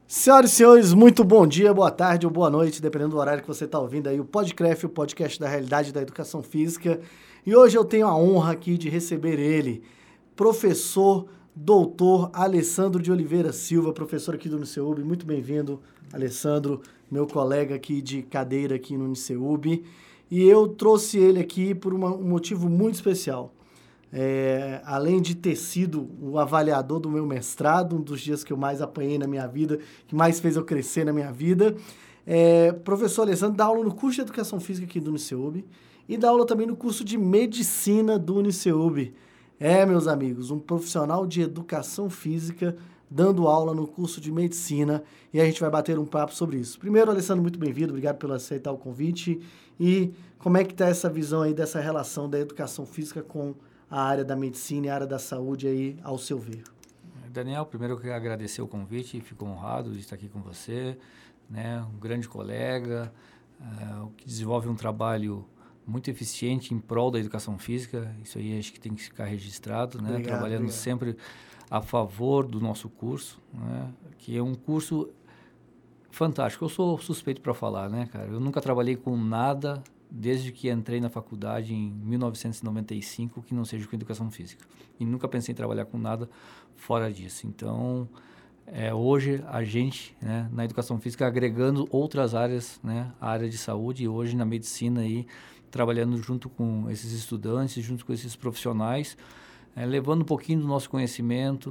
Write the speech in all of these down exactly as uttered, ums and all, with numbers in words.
Senhoras e senhores, muito bom dia, boa tarde ou boa noite, dependendo do horário que você está ouvindo aí o Podcraft, o podcast da realidade da educação física. E hoje eu tenho a honra aqui de receber ele, professor doutor Alessandro de Oliveira Silva, professor aqui do Uniceub. Muito bem-vindo, Alessandro, meu colega aqui de cadeira aqui no Uniceub. E eu trouxe ele aqui por uma, um motivo muito especial. É, além de ter sido o avaliador do meu mestrado, um dos dias que eu mais apanhei na minha vida, que mais fez eu crescer na minha vida, é, professor Alessandro dá aula no curso de Educação Física aqui do Uniceub e dá aula também no curso de Medicina do Uniceub. É, meus amigos, um profissional de Educação Física dando aula no curso de Medicina, e a gente vai bater um papo sobre isso. Primeiro, Alessandro, muito bem-vindo, obrigado por aceitar o convite. E como é que está essa visão aí dessa relação da Educação Física com a área da medicina e a área da saúde aí, ao seu ver? Daniel, primeiro eu quero agradecer o convite, fico honrado de estar aqui com você, né? Um grande colega, uh, que desenvolve um trabalho muito eficiente em prol da educação física, isso aí acho que tem que ficar registrado, né? Obrigado, Trabalhando obrigado. sempre a favor do nosso curso, né? Que é um curso fantástico. Eu sou suspeito para falar, né, cara? Eu nunca trabalhei com nada desde que entrei na faculdade em mil novecentos e noventa e cinco, que não seja com educação física. E nunca pensei em trabalhar com nada fora disso. Então, é, hoje a gente, né, na educação física, agregando outras áreas, né, a área de saúde, e hoje na medicina, aí, trabalhando junto com esses estudantes, junto com esses profissionais, é, levando um pouquinho do nosso conhecimento,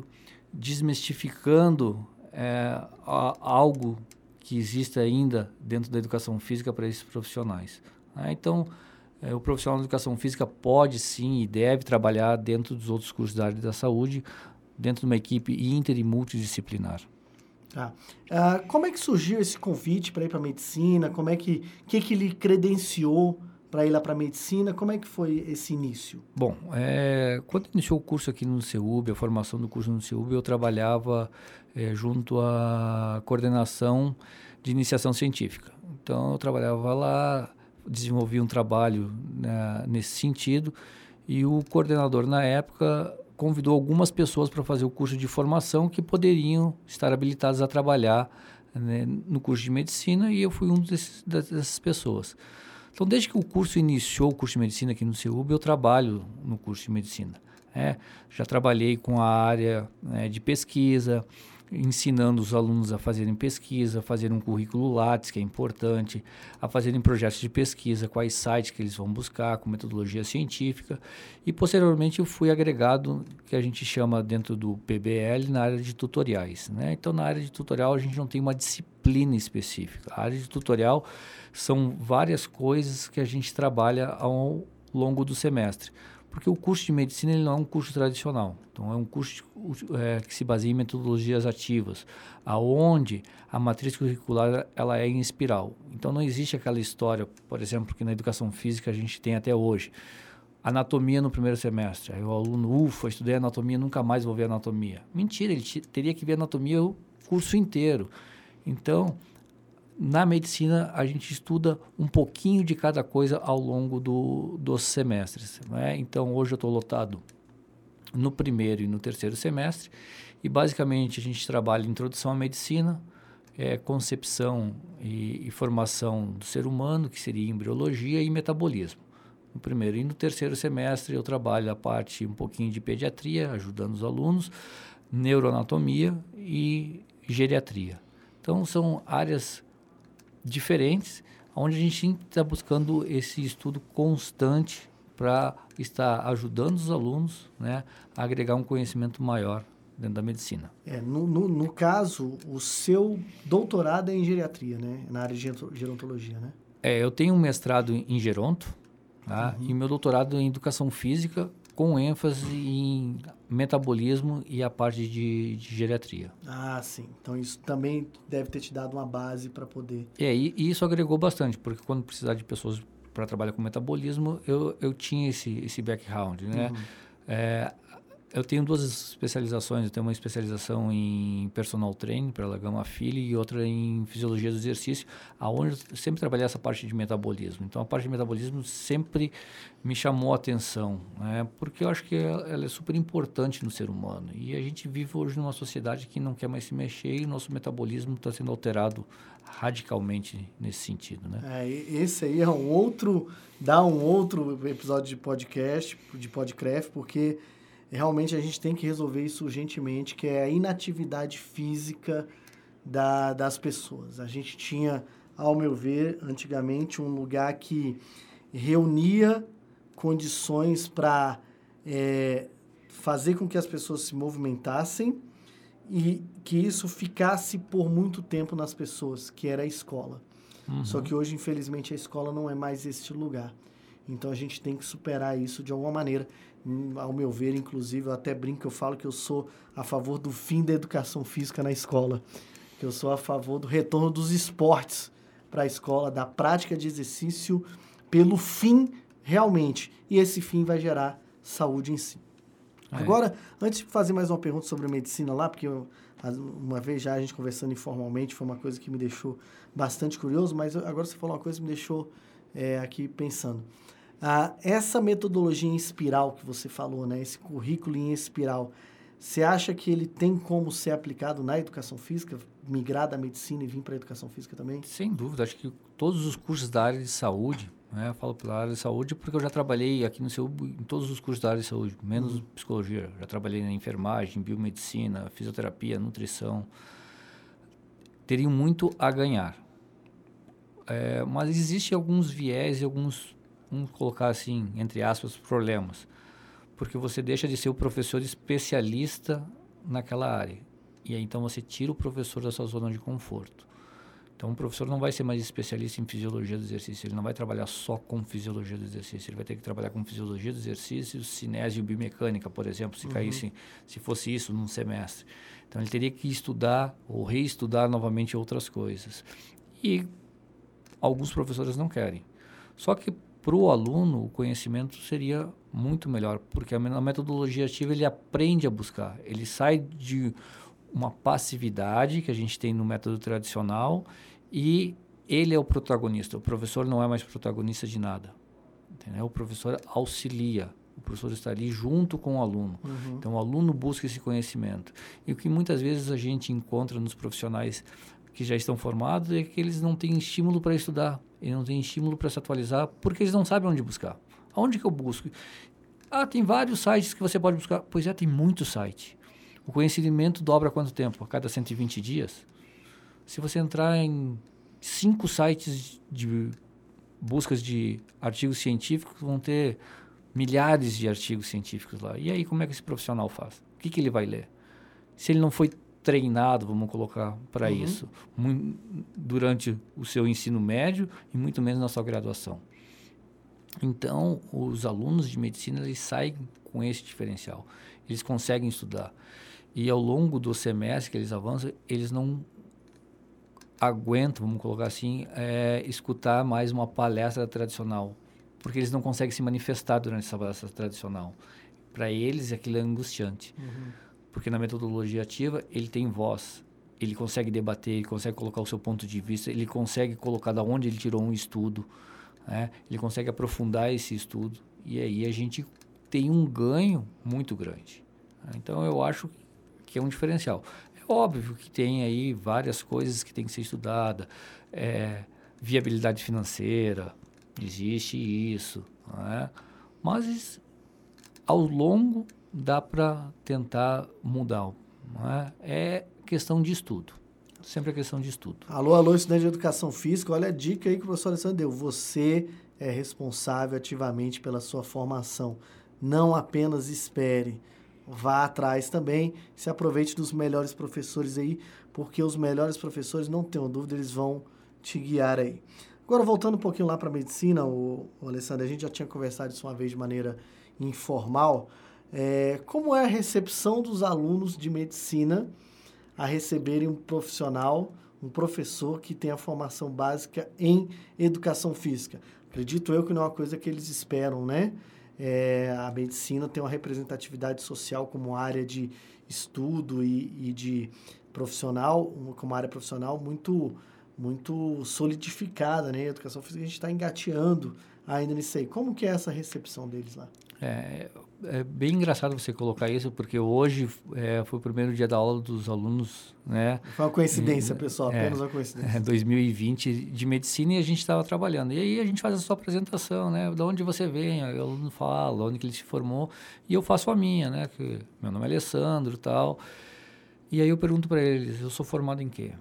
desmistificando é, a, algo que existe ainda dentro da educação física para esses profissionais. Ah, então, é, o profissional de educação física pode sim e deve trabalhar dentro dos outros cursos da área da saúde, dentro de uma equipe inter e multidisciplinar. Tá. Ah, como é que surgiu esse convite para ir para a medicina? Como é que, que, que lhe credenciou para ir lá para a medicina? Como é que foi esse início? Bom, é, quando iniciou o curso aqui no Uniceub, a formação do curso no Uniceub, eu trabalhava é, junto à coordenação de iniciação científica. Então, eu trabalhava lá, desenvolvi um trabalho, né, nesse sentido, e o coordenador, na época, convidou algumas pessoas para fazer o curso de formação que poderiam estar habilitadas a trabalhar, né, no curso de medicina, e eu fui um desses, dessas pessoas. Então, desde que o curso iniciou, o curso de medicina aqui no Uniceub, eu trabalho no curso de medicina. É, já trabalhei com a área, né, de pesquisa, ensinando os alunos a fazerem pesquisa, a fazerem um currículo Lattes, que é importante, a fazerem projetos de pesquisa, quais sites que eles vão buscar, com metodologia científica. E, posteriormente, eu fui agregado, que a gente chama dentro do P B L, na área de tutoriais, né? Então, na área de tutorial, a gente não tem uma disciplina específica. A área de tutorial são várias coisas que a gente trabalha ao longo do semestre. Porque o curso de medicina ele não é um curso tradicional. Então, é um curso é, que se baseia em metodologias ativas, aonde a matriz curricular ela é em espiral. Então, não existe aquela história, por exemplo, que na educação física a gente tem até hoje. Anatomia no primeiro semestre. Aí o aluno, ufa, estudei anatomia, nunca mais vou ver anatomia. Mentira, ele teria que ver anatomia o curso inteiro. Então, na medicina, a gente estuda um pouquinho de cada coisa ao longo do, dos semestres, né? Então, hoje eu estou lotado no primeiro e no terceiro semestre e, basicamente, a gente trabalha introdução à medicina, é, concepção e, e formação do ser humano, que seria embriologia e metabolismo. No primeiro e no terceiro semestre, eu trabalho a parte um pouquinho de pediatria, ajudando os alunos, neuroanatomia e geriatria. Então, são áreas diferentes, onde a gente está buscando esse estudo constante para estar ajudando os alunos, né, a agregar um conhecimento maior dentro da medicina. É, no, no, no caso, o seu doutorado é em geriatria, né? Na área de gerontologia, né? É, eu tenho um mestrado em geronto, tá? Uhum. E meu doutorado em educação física, com ênfase em metabolismo e a parte de, de geriatria. Ah, sim. Então, isso também deve ter te dado uma base para poder... É, e, e isso agregou bastante, porque quando precisar de pessoas para trabalhar com metabolismo, eu, eu tinha esse, esse background, né? Uhum. É, Eu tenho duas especializações. Eu tenho uma especialização em personal training pela Gama Filho e outra em fisiologia do exercício, aonde eu sempre trabalhei essa parte de metabolismo. Então, a parte de metabolismo sempre me chamou a atenção, né? Porque eu acho que ela é super importante no ser humano. E a gente vive hoje numa sociedade que não quer mais se mexer e o nosso metabolismo está sendo alterado radicalmente nesse sentido, né? É, esse aí é um outro, dá um outro episódio de podcast, de podcast, porque realmente a gente tem que resolver isso urgentemente, que é a inatividade física da, das pessoas. A gente tinha, ao meu ver, antigamente, um lugar que reunia condições para é, fazer com que as pessoas se movimentassem e que isso ficasse por muito tempo nas pessoas, que era a escola. Uhum. Só que hoje, infelizmente, a escola não é mais este lugar. Então, a gente tem que superar isso de alguma maneira. Ao meu ver, inclusive, eu até brinco, eu falo que eu sou a favor do fim da educação física na escola, que eu sou a favor do retorno dos esportes para a escola, da prática de exercício pelo fim realmente. E esse fim vai gerar saúde em si. É. Agora, antes de fazer mais uma pergunta sobre medicina lá, porque eu, uma vez já a gente conversando informalmente, foi uma coisa que me deixou bastante curioso, mas agora você falou uma coisa que me deixou é, aqui pensando. Ah, essa metodologia em espiral que você falou, né, esse currículo em espiral, você acha que ele tem como ser aplicado na educação física, migrar da medicina e vir para a educação física também? Sem dúvida, acho que todos os cursos da área de saúde, né, eu falo pela área de saúde porque eu já trabalhei aqui no C E U B em todos os cursos da área de saúde, menos uhum. psicologia, já trabalhei na enfermagem, biomedicina, fisioterapia, nutrição, teriam muito a ganhar. É, mas existem alguns viés e alguns, vamos colocar assim, entre aspas, problemas. Porque você deixa de ser o professor especialista naquela área. E aí, então, você tira o professor da sua zona de conforto. Então, o professor não vai ser mais especialista em fisiologia do exercício. Ele não vai trabalhar só com fisiologia do exercício. Ele vai ter que trabalhar com fisiologia do exercício, cinese e biomecânica, por exemplo, se uhum. caísse, se fosse isso num semestre. Então, ele teria que estudar ou reestudar novamente outras coisas. E alguns professores não querem. Só que para o aluno, o conhecimento seria muito melhor, porque a metodologia ativa ele aprende a buscar. Ele sai de uma passividade que a gente tem no método tradicional e ele é o protagonista. O professor não é mais protagonista de nada. Entendeu? O professor auxilia. O professor está ali junto com o aluno. Uhum. Então, o aluno busca esse conhecimento. E o que muitas vezes a gente encontra nos profissionais que já estão formados é que eles não têm estímulo para estudar. Eles não têm estímulo para se atualizar porque eles não sabem onde buscar. Aonde que eu busco? Ah, tem vários sites que você pode buscar. Pois é, tem muito site. O conhecimento dobra quanto tempo? A cada cento e vinte dias? Se você entrar em cinco sites de buscas de artigos científicos, vão ter milhares de artigos científicos lá. E aí, como é que esse profissional faz? O que, que ele vai ler? Se ele não foi treinado, vamos colocar, para uhum. isso, muito, durante o seu ensino médio e muito menos na sua graduação. Então, os alunos de medicina, eles saem com esse diferencial. Eles conseguem estudar. E ao longo do semestre que eles avançam, eles não aguentam, vamos colocar assim, é, escutar mais uma palestra tradicional, porque eles não conseguem se manifestar durante essa palestra tradicional. Para eles, aquilo é angustiante. Uhum. Porque na metodologia ativa, ele tem voz, ele consegue debater, ele consegue colocar o seu ponto de vista, ele consegue colocar de onde ele tirou um estudo, né? Ele consegue aprofundar esse estudo, e aí a gente tem um ganho muito grande. Então, eu acho que é um diferencial. É óbvio que tem aí várias coisas que tem que ser estudada, é, viabilidade financeira, existe isso, né? Mas ao longo dá para tentar mudar, não é? É questão de estudo, sempre é questão de estudo. Alô, alô, estudante de educação física, olha a dica aí que o professor Alessandro deu. Você é responsável ativamente pela sua formação, não apenas espere. Vá atrás também, se aproveite dos melhores professores aí, porque os melhores professores, não tenham dúvida, eles vão te guiar aí. Agora, voltando um pouquinho lá para a medicina, o, o Alessandro, a gente já tinha conversado isso uma vez de maneira informal. É, como é a recepção dos alunos de medicina a receberem um profissional, um professor que tem a formação básica em educação física? Acredito eu que não é uma coisa que eles esperam, né? é, a medicina tem uma representatividade social como área de estudo e, e de profissional, como área profissional muito, muito solidificada, né? A educação física, a gente está engateando ainda nisso aí. Como que é essa recepção deles lá? É, é bem engraçado você colocar isso, porque hoje é, foi o primeiro dia da aula dos alunos, né? Foi uma coincidência, e, pessoal, apenas é, uma coincidência. É, dois mil e vinte de medicina e a gente estava trabalhando. E aí a gente faz a sua apresentação, né? De onde você vem, o aluno fala, onde que ele se formou, e eu faço a minha, né? Que meu nome é Alessandro e tal. E aí eu pergunto para eles, eu sou formado em quê?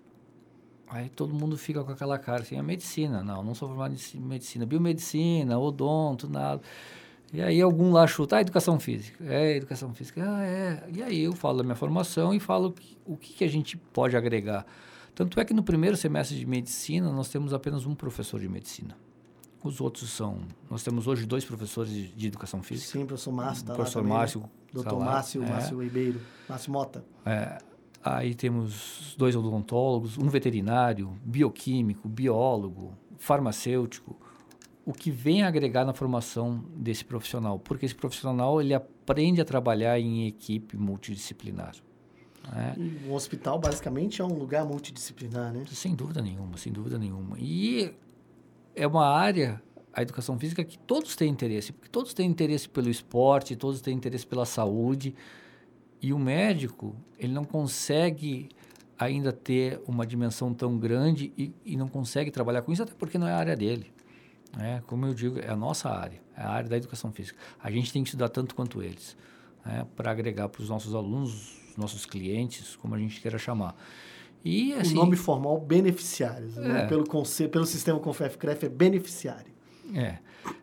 Aí todo mundo fica com aquela cara assim, a medicina. Não, não sou formado em medicina. Biomedicina, odonto, nada. E aí algum lá chuta, ah, educação física. É, educação física. Ah, é. E aí eu falo da minha formação e falo que, o que, que a gente pode agregar. Tanto é que no primeiro semestre de medicina, nós temos apenas um professor de medicina. Os outros são... Nós temos hoje dois professores de, de educação física. Sim, professor Márcio. Tá professor lá também, Márcio. né? Doutor Márcio, é. Márcio Ribeiro. Márcio Mota. É. Aí temos dois odontólogos, um veterinário, bioquímico, biólogo, farmacêutico. O que vem a agregar na formação desse profissional? Porque esse profissional, ele aprende a trabalhar em equipe multidisciplinar. Né? E o hospital, basicamente, é um lugar multidisciplinar, né? Sem dúvida nenhuma, sem dúvida nenhuma. E é uma área, a educação física, que todos têm interesse. Porque todos têm interesse pelo esporte, todos têm interesse pela saúde. E o médico, ele não consegue ainda ter uma dimensão tão grande e, e não consegue trabalhar com isso, até porque não é a área dele. É, como eu digo, é a nossa área, é a área da educação física. A gente tem que estudar tanto quanto eles, né, para agregar para os nossos alunos, os nossos clientes, como a gente queira chamar. E, assim, o nome formal, beneficiários. É. Né? Pelo, conce... Pelo sistema Confef-Cref, é beneficiário. É.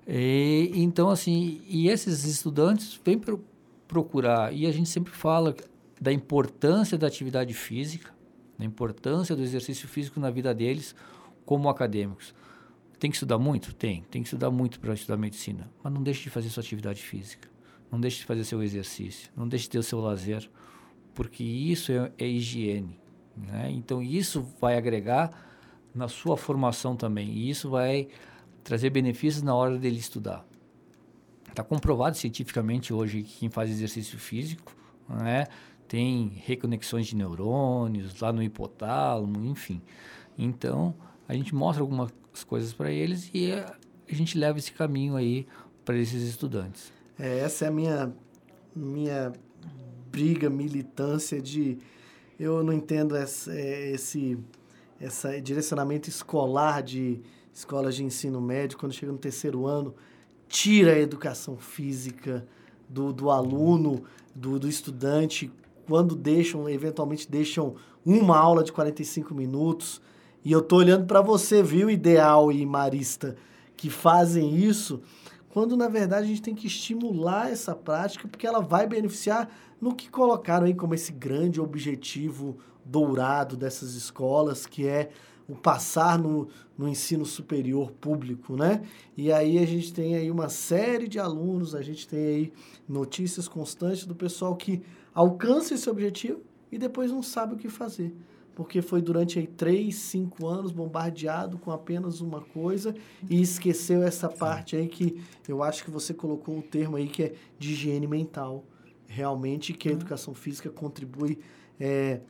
E, então, assim, e esses estudantes vêm pro, procurar, e a gente sempre fala da importância da atividade física, da importância do exercício físico na vida deles como acadêmicos. Tem que estudar muito? Tem. Tem que estudar muito para estudar medicina. Mas não deixe de fazer sua atividade física. Não deixe de fazer seu exercício. Não deixe de ter o seu lazer. Porque isso é, é higiene. Né? Então, isso vai agregar na sua formação também. E isso vai trazer benefícios na hora dele estudar. Está comprovado cientificamente hoje que quem faz exercício físico, né, tem reconexões de neurônios lá no hipotálamo, enfim. Então, a gente mostra algumas coisas para eles e a gente leva esse caminho aí para esses estudantes. É, essa é a minha, minha briga, militância de... Eu não entendo essa, esse, esse direcionamento escolar de escolas de ensino médio, quando chega no terceiro ano, tira a educação física do, do aluno, do, do estudante, quando deixam, eventualmente deixam uma aula de quarenta e cinco minutos... E eu tô olhando para você, viu, Ideal e Marista, que fazem isso, quando, na verdade, a gente tem que estimular essa prática, porque ela vai beneficiar no que colocaram aí como esse grande objetivo dourado dessas escolas, que é o passar no, no ensino superior público, né? E aí a gente tem aí uma série de alunos, a gente tem aí notícias constantes do pessoal que alcança esse objetivo e depois não sabe o que fazer. Porque foi durante aí três, cinco anos bombardeado com apenas uma coisa e esqueceu essa parte aí que eu acho que você colocou o termo aí que é de higiene mental. Realmente que a educação física contribui. É,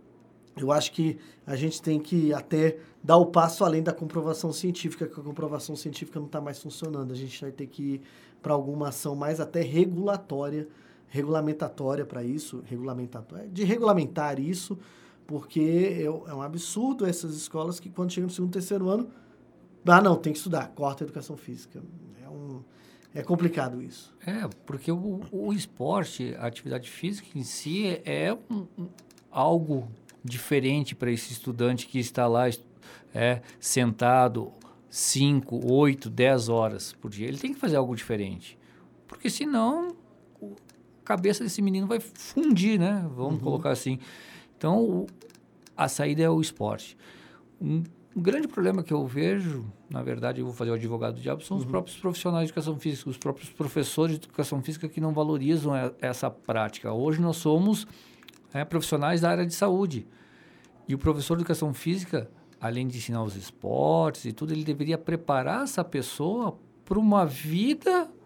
eu acho que a gente tem que até dar o passo além da comprovação científica, que a comprovação científica não está mais funcionando. A gente vai ter que ir para alguma ação mais até regulatória, regulamentatória para isso, regulamentatória, de regulamentar isso, porque é um absurdo essas escolas que quando chegam no segundo, terceiro ano, ah, não, tem que estudar, corta a educação física. É, um, é complicado isso. É, porque o, o esporte, a atividade física em si é um, um, algo diferente para esse estudante que está lá é, sentado cinco, oito, dez horas por dia. Ele tem que fazer algo diferente, porque senão a cabeça desse menino vai fundir, né? Vamos uhum. colocar assim. Então, o, a saída é o esporte. Um, um grande problema que eu vejo, na verdade, eu vou fazer o advogado do diabo, são uhum. os próprios profissionais de educação física, os próprios professores de educação física que não valorizam a, essa prática. Hoje nós somos é, profissionais da área de saúde. E o professor de educação física, além de ensinar os esportes e tudo, ele deveria preparar essa pessoa para uma vida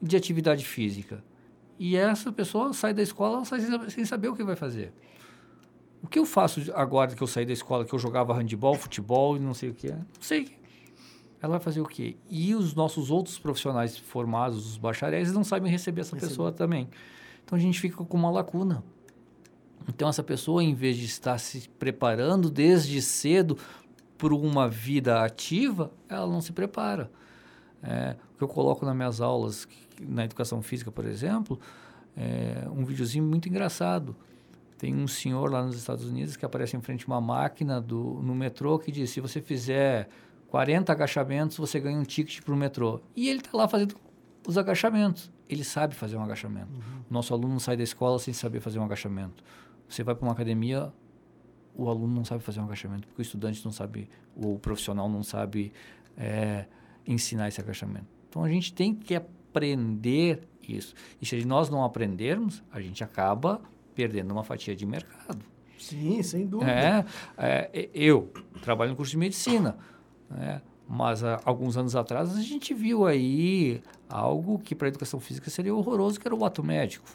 de atividade física. E essa pessoa sai da escola sai sem saber o que vai fazer. O que eu faço agora que eu saí da escola, que eu jogava handebol, futebol e não sei o que é? Não sei. Ela vai fazer o quê? E os nossos outros profissionais formados, os bacharéis, não sabem receber essa Receber. pessoa também. Então, a gente fica com uma lacuna. Então, essa pessoa, em vez de estar se preparando desde cedo por uma vida ativa, ela não se prepara. É, o que eu coloco nas minhas aulas, na educação física, por exemplo, é um videozinho muito engraçado. Tem um senhor lá nos Estados Unidos que aparece em frente a uma máquina do, no metrô que diz, se você fizer quarenta agachamentos, você ganha um ticket para o metrô. E ele está lá fazendo os agachamentos. Ele sabe fazer um agachamento. Uhum. O nosso aluno não sai da escola sem saber fazer um agachamento. Você vai para uma academia, o aluno não sabe fazer um agachamento, porque o estudante não sabe, ou o profissional não sabe é, ensinar esse agachamento. Então, a gente tem que aprender isso. E se nós não aprendermos, a gente acaba perdendo uma fatia de mercado. Sim, sem dúvida. É, é, eu trabalho no curso de medicina, né? Mas há alguns anos atrás a gente viu aí algo que para a educação física seria horroroso, que era o ato médico.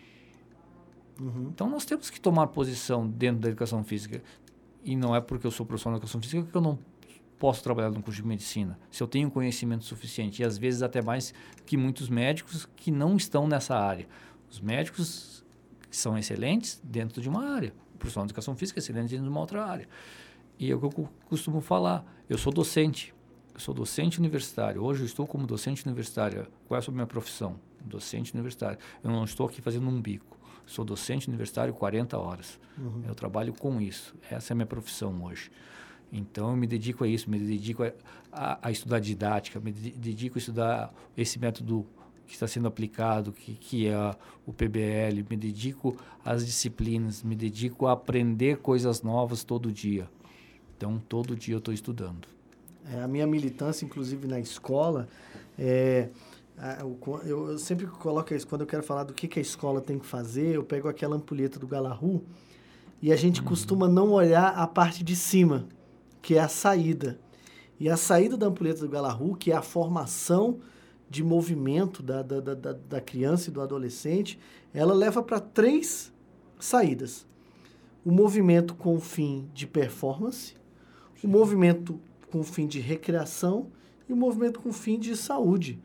Uhum. Então, nós temos que tomar posição dentro da educação física. E não é porque eu sou profissional da educação física que eu não posso trabalhar no curso de medicina. Se eu tenho conhecimento suficiente, e às vezes até mais que muitos médicos que não estão nessa área. Os médicos são excelentes dentro de uma área. O profissional de educação física é excelente dentro de uma outra área. E é o que eu costumo falar. Eu sou docente. Eu sou docente universitário. Hoje eu estou como docente universitário. Qual é a minha profissão? Docente universitário. Eu não estou aqui fazendo um bico. Sou docente universitário quarenta horas. Uhum. Eu trabalho com isso. Essa é a minha profissão hoje. Então, eu me dedico a isso. Me dedico a, a, a estudar didática. Me dedico a estudar esse método que está sendo aplicado, que, que é o P B L. Me dedico às disciplinas. Me dedico a aprender coisas novas todo dia. Então, todo dia eu estou estudando. É, a minha militância, inclusive, na escola, é, eu, eu sempre coloco isso, quando eu quero falar do que, que a escola tem que fazer, eu pego aquela ampulheta do Galahu e a gente uhum. costuma não olhar a parte de cima, que é a saída. E a saída da ampulheta do Galahu, que é a formação de movimento da, da, da, da criança e do adolescente, ela leva para três saídas. O movimento com o fim de performance, o movimento com o fim de recreação e o movimento com o fim de saúde.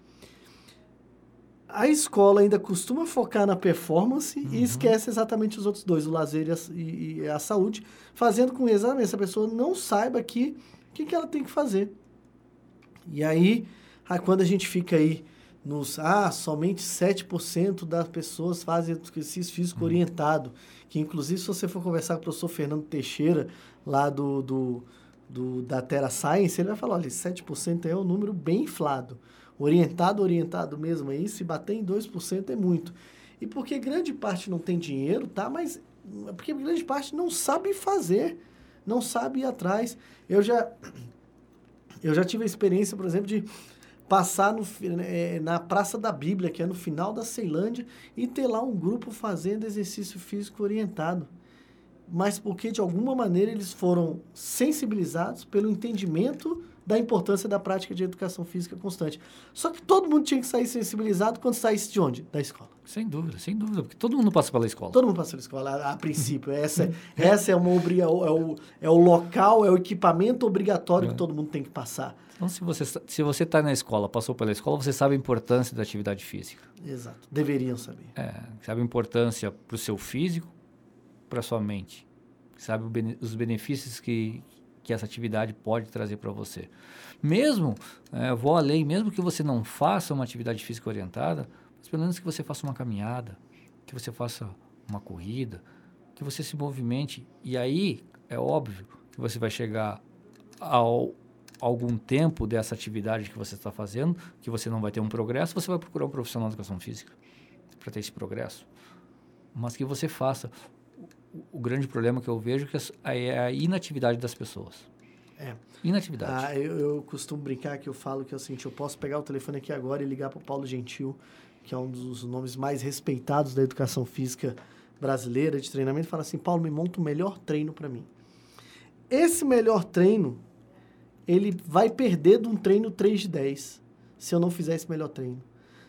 A escola ainda costuma focar na performance uhum. e esquece exatamente os outros dois, o lazer e a, e, e a saúde, fazendo com que exatamente essa pessoa não saiba aqui o que, que ela tem que fazer. E aí, quando a gente fica aí nos... Ah, somente sete por cento das pessoas fazem exercício físico uhum. orientado, que inclusive se você for conversar com o professor Fernando Teixeira, lá do... do Do, da Terra Science, ele vai falar, olha, sete por cento é um número bem inflado. Orientado, orientado mesmo aí, se bater em dois por cento é muito. E porque grande parte não tem dinheiro, tá? Mas porque grande parte não sabe fazer, não sabe ir atrás. Eu já, eu já tive a experiência, por exemplo, de passar no, é, na Praça da Bíblia, que é no final da Ceilândia, e ter lá um grupo fazendo exercício físico orientado. Mas porque, de alguma maneira, eles foram sensibilizados pelo entendimento da importância da prática de educação física constante. Só que todo mundo tinha que sair sensibilizado quando saísse de onde? Da escola. Sem dúvida, sem dúvida, porque todo mundo passa pela escola. Todo mundo passa pela escola, a, a princípio. Essa, essa é, uma obriga, é, o, é o local, é o equipamento obrigatório é. que todo mundo tem que passar. Então, se você se você está na escola, passou pela escola, você sabe a importância da atividade física. Exato, deveriam saber. É, sabe a importância para o seu físico, para sua mente, sabe os benefícios que, que essa atividade pode trazer para você. Mesmo, é, vou além, mesmo que você não faça uma atividade física orientada, mas pelo menos que você faça uma caminhada, que você faça uma corrida, que você se movimente. E aí, é óbvio que você vai chegar ao algum tempo dessa atividade que você está fazendo, que você não vai ter um progresso, você vai procurar um profissional de educação física para ter esse progresso. Mas que você faça. O grande problema que eu vejo é a inatividade das pessoas. É. Inatividade. Ah, eu, eu costumo brincar que eu falo que é o seguinte, eu posso pegar o telefone aqui agora e ligar para o Paulo Gentil, que é um dos nomes mais respeitados da educação física brasileira de treinamento, e falar assim, Paulo, me monta o melhor treino para mim. Esse melhor treino, ele vai perder de um treino três de dez, se eu não fizer esse melhor treino.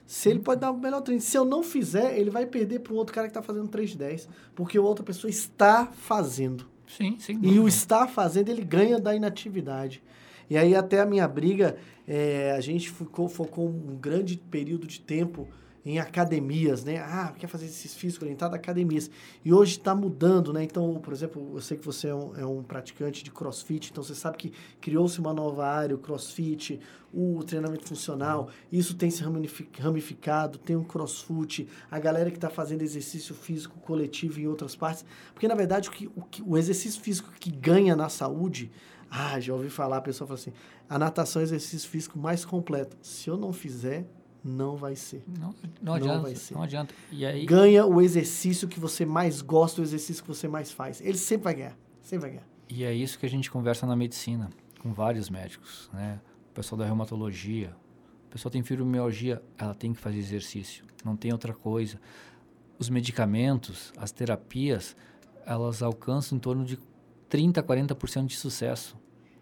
Se ele pode dar o melhor treino. Se eu não fizer, ele vai perder para um outro cara que está fazendo três de dez. Porque a outra pessoa está fazendo. Sim, sim. E o estar fazendo, ele ganha da inatividade. E aí até a minha briga, é, a gente ficou, focou um grande período de tempo em academias, né? Ah, quer fazer exercício físico orientado? Academias. E hoje está mudando, né? Então, por exemplo, eu sei que você é um, é um praticante de CrossFit, então você sabe que criou-se uma nova área, o CrossFit, o treinamento funcional, isso tem se ramificado, tem o CrossFit, a galera que está fazendo exercício físico coletivo em outras partes. Porque, na verdade, o, que, o, que, o exercício físico que ganha na saúde... Ah, já ouvi falar, a pessoa fala assim, a natação é o exercício físico mais completo. Se eu não fizer... Não vai ser. Não, não adianta. Não vai ser. Não adianta. E aí... Ganha o exercício que você mais gosta, o exercício que você mais faz. Ele sempre vai ganhar. Sempre vai ganhar. E é isso que a gente conversa na medicina, com vários médicos, né? O pessoal da reumatologia, o pessoal tem fibromialgia, ela tem que fazer exercício. Não tem outra coisa. Os medicamentos, as terapias, elas alcançam em torno de trinta, quarenta por cento de sucesso.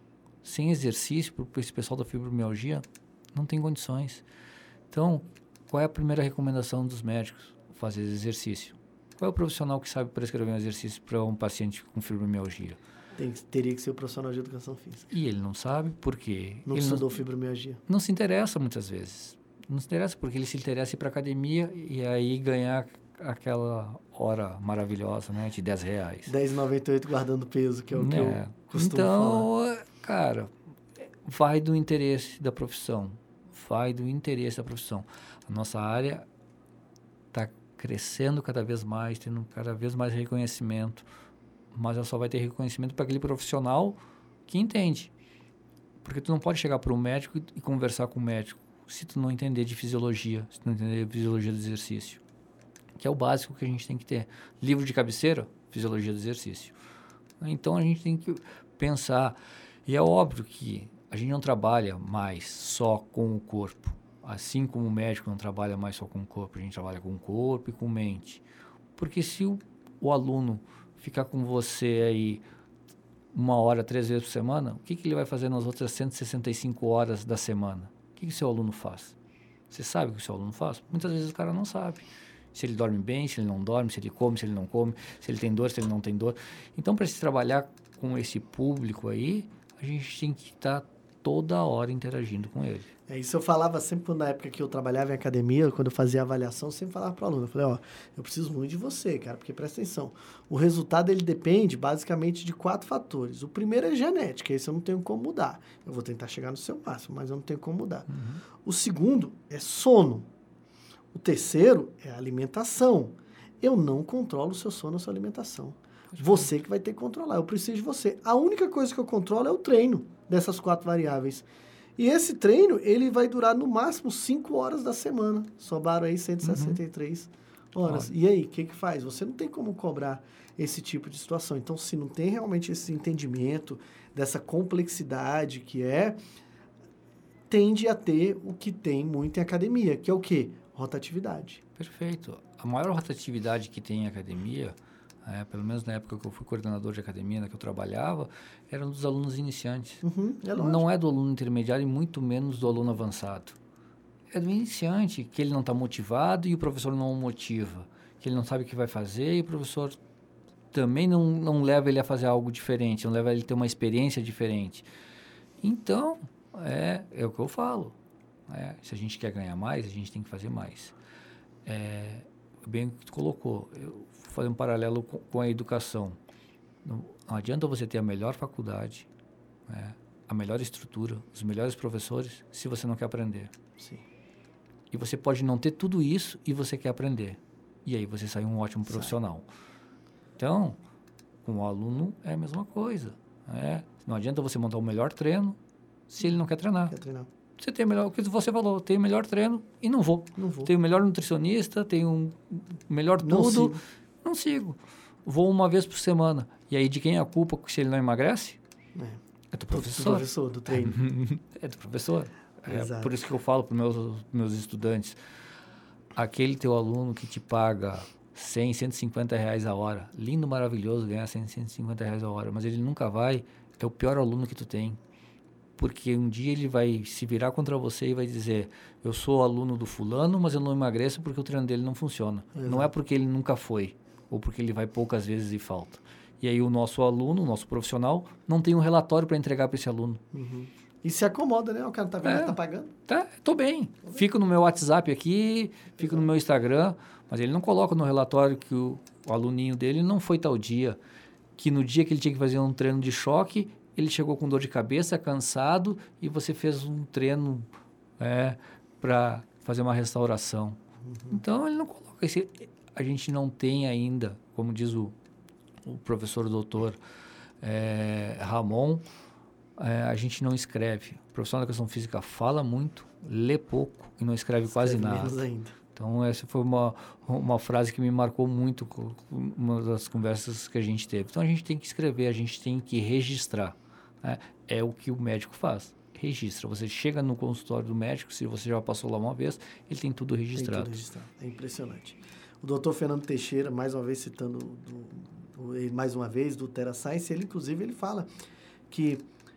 Sem exercício, para esse pessoal da fibromialgia, não tem condições. Então, qual é a primeira recomendação dos médicos? Fazer exercício. Qual é o profissional que sabe prescrever um exercício para um paciente com fibromialgia? Tem, teria que ser o profissional de educação física. E ele não sabe por quê. Não ele estudou não, fibromialgia. Não se interessa muitas vezes. Não se interessa porque ele se interessa em ir para a academia e aí ganhar aquela hora maravilhosa, né? De dez reais. dez reais e noventa e oito centavos guardando peso, que é o que é. eu costumo então, falar. Então, cara, vai do interesse da profissão. Vai do interesse da profissão. A nossa área está crescendo cada vez mais, tendo cada vez mais reconhecimento, mas ela só vai ter reconhecimento para aquele profissional que entende. Porque tu não pode chegar para um médico e conversar com o médico se tu não entender de fisiologia, se tu não entender de fisiologia do exercício, que é o básico que a gente tem que ter. Livro de cabeceira, fisiologia do exercício. Então, a gente tem que pensar, e é óbvio que a gente não trabalha mais só com o corpo. Assim como o médico não trabalha mais só com o corpo, a gente trabalha com o corpo e com mente. Porque se o, o aluno ficar com você aí uma hora, três vezes por semana, o que, que ele vai fazer nas outras cento e sessenta e cinco horas da semana? O que, que o seu aluno faz? Você sabe o que o seu aluno faz? Muitas vezes o cara não sabe. Se ele dorme bem, se ele não dorme, se ele come, se ele não come, se ele tem dor, se ele não tem dor. Então, para se trabalhar com esse público aí, a gente tem que estar toda hora interagindo com ele. É isso, eu falava sempre, na época que eu trabalhava em academia, quando eu fazia avaliação, eu sempre falava para o aluno, eu falei, ó, eu preciso muito de você, cara, porque presta atenção, o resultado, ele depende basicamente de quatro fatores. O primeiro é genética, esse eu não tenho como mudar. Eu vou tentar chegar no seu máximo, mas eu não tenho como mudar. Uhum. O segundo é sono. O terceiro é alimentação. Eu não controlo o seu sono, a sua alimentação. Você que vai ter que controlar, eu preciso de você. A única coisa que eu controlo é o treino dessas quatro variáveis. E esse treino, ele vai durar no máximo cinco horas da semana. Sobraram aí cento e sessenta e três uhum. horas. Olha. E aí, o que que faz? Você não tem como cobrar esse tipo de situação. Então, se não tem realmente esse entendimento dessa complexidade que é, tende a ter o que tem muito em academia, que é o quê? Rotatividade. Perfeito. A maior rotatividade que tem em academia... É, pelo menos na época que eu fui coordenador de academia, na que eu trabalhava, eram dos alunos iniciantes. Uhum, é não é do aluno intermediário e muito menos do aluno avançado. É do iniciante, que ele não está motivado e o professor não o motiva. Que ele não sabe o que vai fazer e o professor também não, não leva ele a fazer algo diferente, não leva ele a ter uma experiência diferente. Então, é, é o que eu falo. É, se a gente quer ganhar mais, a gente tem que fazer mais. É, bem o que tu colocou, eu vou fazer um paralelo com, com a educação. Não, não adianta você ter a melhor faculdade, né, a melhor estrutura, os melhores professores, se você não quer aprender. Sim. E você pode não ter tudo isso e você quer aprender. E aí você sai um ótimo profissional. Sai. Então, com o aluno é a mesma coisa. Né? Não adianta você montar o melhor treino se ele não quer treinar. Quer treinar. Você tem o melhor, o que você falou, tem o melhor treino e não vou. Não vou. Tem o melhor nutricionista, tem um melhor tudo, não sigo. não sigo. Vou uma vez por semana. E aí de quem é a culpa se ele não emagrece? É, é do professor. Do professor, do treino. É do professor. É por isso que eu falo para os meus, meus estudantes, aquele teu aluno que te paga cem, cento e cinquenta reais a hora, lindo, maravilhoso ganhar cem, cento e cinquenta reais a hora, mas ele nunca vai, é o pior aluno que tu tem. porque um dia ele vai se virar contra você e vai dizer, eu sou aluno do fulano, mas eu não emagreço porque o treino dele não funciona. Exato. Não é porque ele nunca foi, ou porque ele vai poucas vezes e falta. E aí o nosso aluno, o nosso profissional, não tem um relatório para entregar para esse aluno. Uhum. E se acomoda, né? O cara tá vendo, é, tá pagando. Tá, tô bem. Fico no meu WhatsApp aqui, fico no meu Instagram, mas ele não coloca no relatório que o, o aluninho dele não foi tal dia, que no dia que ele tinha que fazer um treino de choque, ele chegou com dor de cabeça, cansado, e você fez um treino é, para fazer uma restauração. Uhum. Então, ele não coloca esse... A gente não tem ainda, como diz o, o professor doutor é, Ramon, é, a gente não escreve. O profissional da educação física fala muito, lê pouco e não escreve, escreve quase nada. Menos ainda. Então, essa foi uma, uma frase que me marcou muito, uma das conversas que a gente teve. Então, a gente tem que escrever, a gente tem que registrar. Né? É o que o médico faz, registra. Você chega no consultório do médico, se você já passou lá uma vez, ele tem tudo registrado. Tem tudo registrado. É impressionante. O doutor Fernando Teixeira, mais uma vez citando, do, do, mais uma vez, do TerraScience, ele, inclusive, ele fala que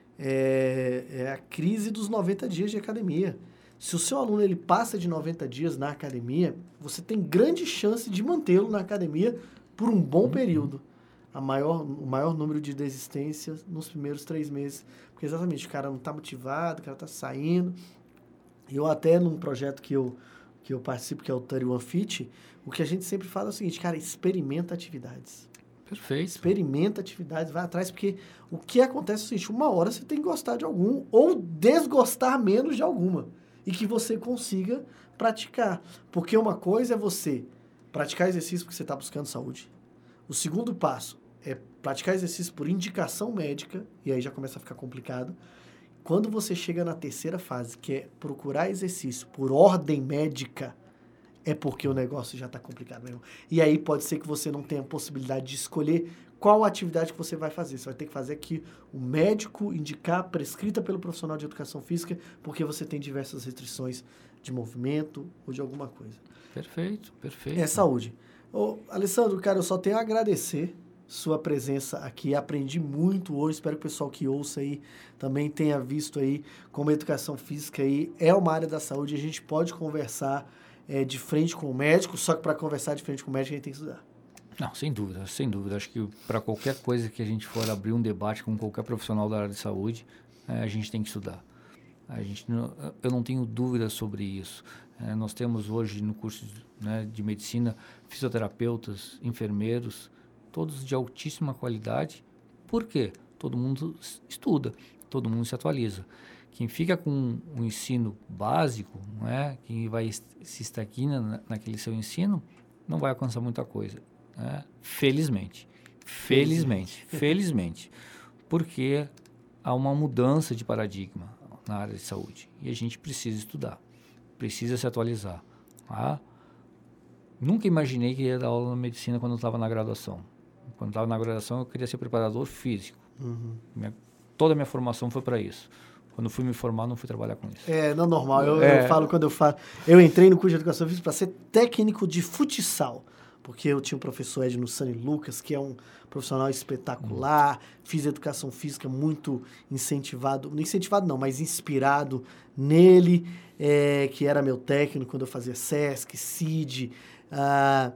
é, é a crise dos noventa dias de academia. Se o seu aluno ele passa de noventa dias na academia, você tem grande chance de mantê-lo na academia por um bom uhum. período. A maior, o maior número de desistências nos primeiros três meses. Porque exatamente, o cara não está motivado, o cara está saindo. Eu até, num projeto que eu, que eu participo, que é o thirty one Fit, o que a gente sempre fala é o seguinte, cara, experimenta atividades. Perfeito. Experimenta atividades, vai atrás, porque o que acontece é o seguinte, uma hora você tem que gostar de algum ou desgostar menos de alguma. E que você consiga praticar. Porque uma coisa é você praticar exercício porque você está buscando saúde. O segundo passo é praticar exercício por indicação médica, e aí já começa a ficar complicado. Quando você chega na terceira fase, que é procurar exercício por ordem médica, é porque o negócio já está complicado mesmo. E aí pode ser que você não tenha a possibilidade de escolher qual atividade que você vai fazer. Você vai ter que fazer aqui o médico indicar, prescrita pelo profissional de educação física, porque você tem diversas restrições de movimento ou de alguma coisa. Perfeito, perfeito. É saúde. Ô, Alessandro, cara, eu só tenho a agradecer sua presença aqui. Aprendi muito hoje. Espero que o pessoal que ouça aí também tenha visto aí como a educação física aí é uma área da saúde. A gente pode conversar é, de frente com o médico, só que para conversar de frente com o médico a gente tem que estudar. Não, sem dúvida, sem dúvida. Acho que para qualquer coisa que a gente for abrir um debate com qualquer profissional da área de saúde, é, a gente tem que estudar. A gente não, eu não tenho dúvida sobre isso. É, nós temos hoje no curso de, né, de medicina fisioterapeutas, enfermeiros, todos de altíssima qualidade. Por quê? Todo mundo estuda, todo mundo se atualiza. Quem fica com o ensino básico, não é? Quem vai se estagna naquele seu ensino, não vai alcançar muita coisa. É, felizmente, felizmente, felizmente, porque há uma mudança de paradigma na área de saúde e a gente precisa estudar, precisa se atualizar. Tá? Nunca imaginei que ia dar aula na medicina quando eu estava na graduação. Quando estava na graduação eu queria ser preparador físico. Uhum. Minha, toda a minha formação foi para isso. Quando fui me formar, não fui trabalhar com isso. É, não normal. Eu, é. eu falo quando eu falo. Eu entrei no curso de educação física para ser técnico de futsal. Porque eu tinha o professor Edno Sani Lucas, que é um profissional espetacular, hum. fiz educação física muito incentivado, não incentivado não, mas inspirado nele, é, que era meu técnico quando eu fazia SESC, C I D, ah,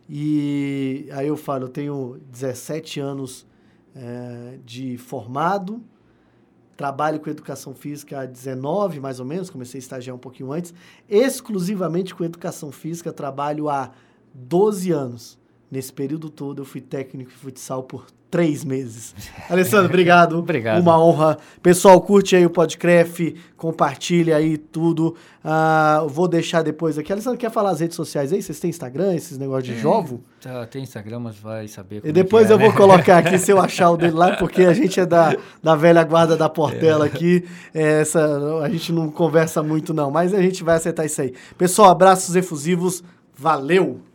e aí eu falo, eu tenho dezessete anos é, de formado, trabalho com educação física há dezenove, mais ou menos, comecei a estagiar um pouquinho antes, exclusivamente com educação física, trabalho há doze anos. Nesse período todo, eu fui técnico de futsal por três meses. Alessandro, obrigado. Obrigado. Uma honra. Pessoal, curte aí o podcast, compartilha aí tudo. Uh, vou deixar depois aqui. Alessandro, quer falar as redes sociais aí? Vocês têm Instagram, esses negócios de é, jogo? Tá, tem Instagram, mas vai saber como E depois que é, eu né? vou colocar aqui, se eu achar o dele lá, porque a gente é da, da velha guarda da Portela é. aqui. É, essa, a gente não conversa muito, não, mas a gente vai acertar isso aí. Pessoal, abraços efusivos. Valeu!